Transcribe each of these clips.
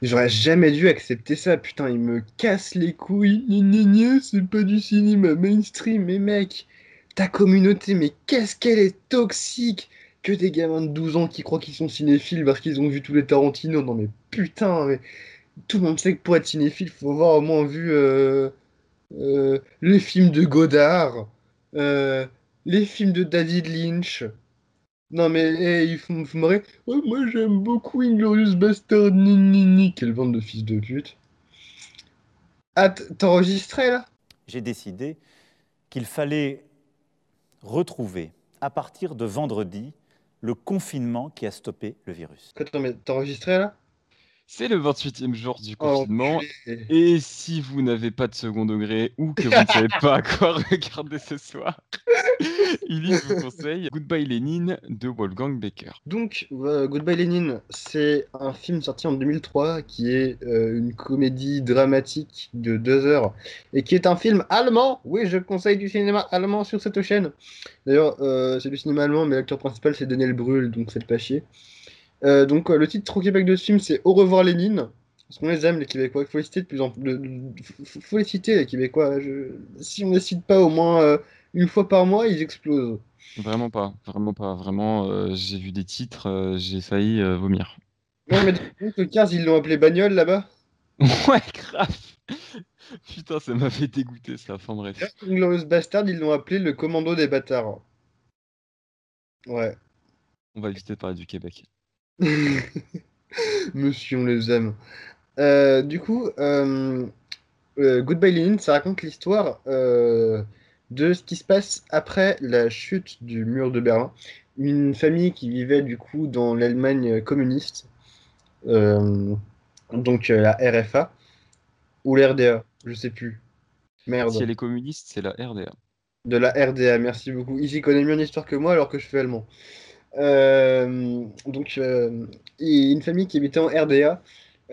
J'aurais jamais dû accepter ça, putain, il me casse les couilles. Gna gna gna, c'est pas du cinéma mainstream, mais mec, ta communauté, mais qu'est-ce qu'elle est toxique! Que des gamins de 12 ans qui croient qu'ils sont cinéphiles parce qu'ils ont vu tous les Tarantino. Non mais putain, mais tout le monde sait que pour être cinéphile, faut avoir au moins vu les films de Godard, euh, les films de David Lynch. Non mais ils font marrer. Ouais, moi j'aime beaucoup Inglorious Bastard. Ni, ni, ni. Quelle bande de fils de pute. Ah, t'enregistrais là? J'ai décidé qu'il fallait retrouver, à partir de vendredi, le confinement qui a stoppé le virus. Attends, mais t'enregistrais là? C'est le 28e jour du Oh, confinement. enculé. Et si vous n'avez pas de second degré ou que vous ne savez pas à quoi regarder ce soir, Ulysse vous conseille Goodbye Lénine de Wolfgang Becker. Donc, Goodbye Lenin, c'est un film sorti en 2003 qui est une comédie dramatique de 2 heures et qui est un film allemand. Oui, je conseille du cinéma allemand sur cette chaîne. D'ailleurs, c'est du cinéma allemand, mais l'acteur principal c'est Daniel Brühl, donc faites pas chier. Le titre au Québec de ce film c'est Au revoir Lénine. Parce qu'on les aime, les Québécois. Il faut les citer de plus en plus. Faut les citer, les Québécois. Si on les cite pas au moins une fois par mois, ils explosent. Vraiment pas, vraiment pas, vraiment. J'ai vu des titres, j'ai failli vomir. Ouais, mais donc, le 15, ils l'ont appelé bagnole là-bas. Ouais, grave. Putain, ça m'a fait dégoûter ça. Enfin bref, Inglourious Bastard, ils l'ont appelé le commando des bâtards. Ouais. on va éviter de parler du Québec. Monsieur, on les aime. Goodbye Lenin, ça raconte l'histoire de ce qui se passe après la chute du mur de Berlin. Une famille qui vivait du coup dans l'Allemagne communiste, euh, la RFA, ou l'RDA, je sais plus. Si Merde. elle est communiste, c'est la RDA. De la RDA, merci beaucoup. Ici connaît mieux en histoire que moi alors que je suis allemand. Euh, donc, euh, et une famille qui habitait en RDA,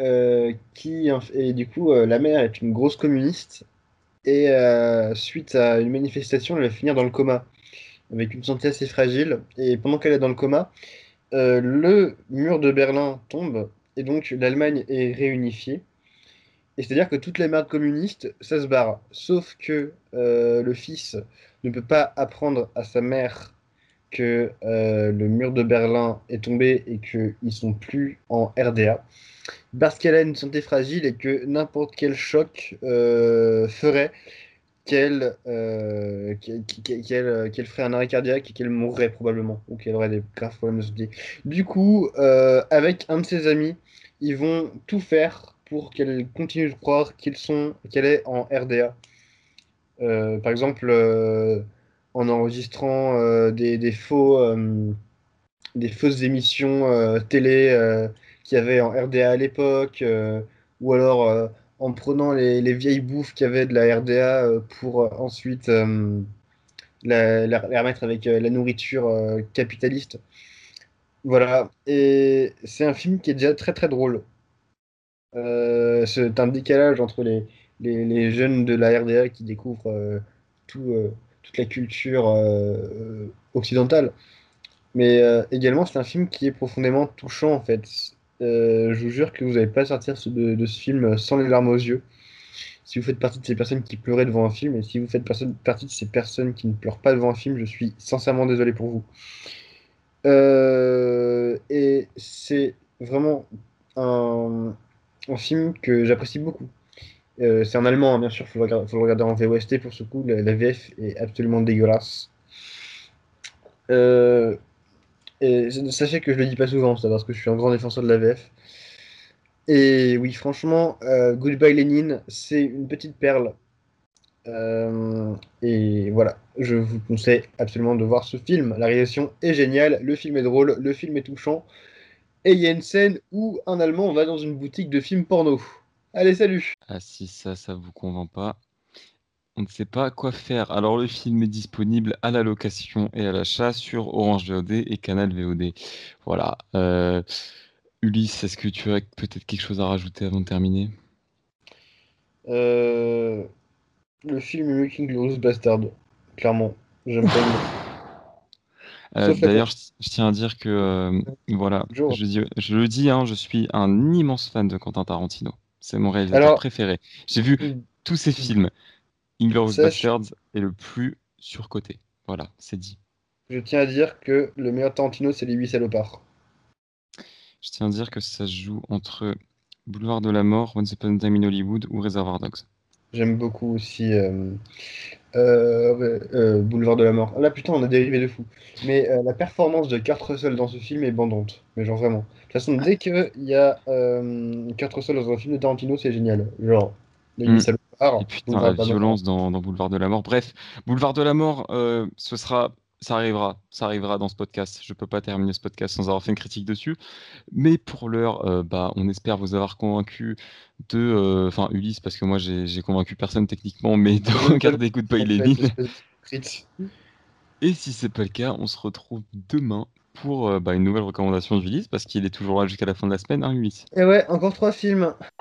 et du coup, la mère est une grosse communiste, et suite à une manifestation, elle va finir dans le coma, avec une santé assez fragile, et pendant qu'elle est dans le coma, le mur de Berlin tombe, et donc l'Allemagne est réunifiée, et c'est-à-dire que toutes les mères communistes, ça se barre, sauf que le fils ne peut pas apprendre à sa mère que le mur de Berlin est tombé et qu'ils sont plus en RDA, parce qu'elle a une santé fragile et que n'importe quel choc ferait qu'elle ferait un arrêt cardiaque et qu'elle mourrait probablement, ou qu'elle aurait des graves problèmes de santé. Du coup, avec un de ses amis, ils vont tout faire pour qu'elle continue de croire qu'elle est en RDA. Par exemple, en enregistrant des fausses émissions télé qu'il y avait en RDA à l'époque, ou alors en prenant les vieilles bouffes qu'il y avait de la RDA pour ensuite les remettre avec la nourriture capitaliste. Voilà, et c'est un film qui est déjà très très drôle. C'est un décalage entre les jeunes de la RDA qui découvrent tout, toute la culture occidentale. Mais également, c'est un film qui est profondément touchant, en fait. Je vous jure que vous n'allez pas sortir de ce film sans les larmes aux yeux. Si vous faites partie de ces personnes qui pleuraient devant un film, et si vous faites partie de ces personnes qui ne pleurent pas devant un film, je suis sincèrement désolé pour vous. Et c'est vraiment un, un film que j'apprécie beaucoup. C'est en allemand, hein, bien sûr, faut le regarder en VOST pour ce coup. La VF est absolument dégueulasse. Euh, Et sachez que je le dis pas souvent, ça, parce que je suis un grand défenseur de la VF. Et oui, franchement, Goodbye Lénine, c'est une petite perle. Et voilà, je vous conseille absolument de voir ce film. La réalisation est géniale, le film est drôle, le film est touchant. Et il y a une scène où un Allemand va dans une boutique de films porno. Allez, salut! Ah si ça vous convainc pas, on ne sait pas quoi faire. Alors le film est disponible à la location et à l'achat sur Orange VOD et Canal VOD. Voilà. Ulysse, est-ce que tu as peut-être quelque chose à rajouter avant de terminer? Euh, le film Making Glorious Bastard, clairement, j'aime pas une... Sauf la D'ailleurs, je tiens à dire que, voilà, Joe. je le dis, hein, je suis un immense fan de Quentin Tarantino. C'est mon réalisateur Alors, préféré. J'ai vu tous ses films. Inglourious sache, Basterds est le plus surcoté. Voilà, c'est dit. je tiens à dire que le meilleur Tarantino, c'est Les Huit Salopards. Je tiens à dire que ça se joue entre Boulevard de la Mort, Once Upon a Time in Hollywood ou Reservoir Dogs. J'aime beaucoup aussi Boulevard de la Mort. Là, putain, on a dérivé de fou. Mais la performance de Kurt Russell dans ce film est bandante. Mais genre vraiment. De toute façon, dès qu'il y a Kurt Russell dans un film de Tarantino, c'est génial. Genre, Les Huit Hmm. Et Salopards, putain, la Boulevard de la Mort. violence dans Boulevard de la Mort. Bref, Boulevard de la Mort, ça arrivera dans ce podcast. Je peux pas terminer ce podcast sans avoir fait une critique dessus. Mais pour l'heure, bah, on espère vous avoir convaincu enfin Ulysse, parce que moi j'ai convaincu personne techniquement, mais de Je ne t'aime regarder pas, Goodbye en fait, Lenin. espèce d'hypocrite. Et si c'est pas le cas, on se retrouve demain pour bah, une nouvelle recommandation d'Ulysse, parce qu'il est toujours là jusqu'à la fin de la semaine, hein, Ulysse. Et ouais, encore trois films.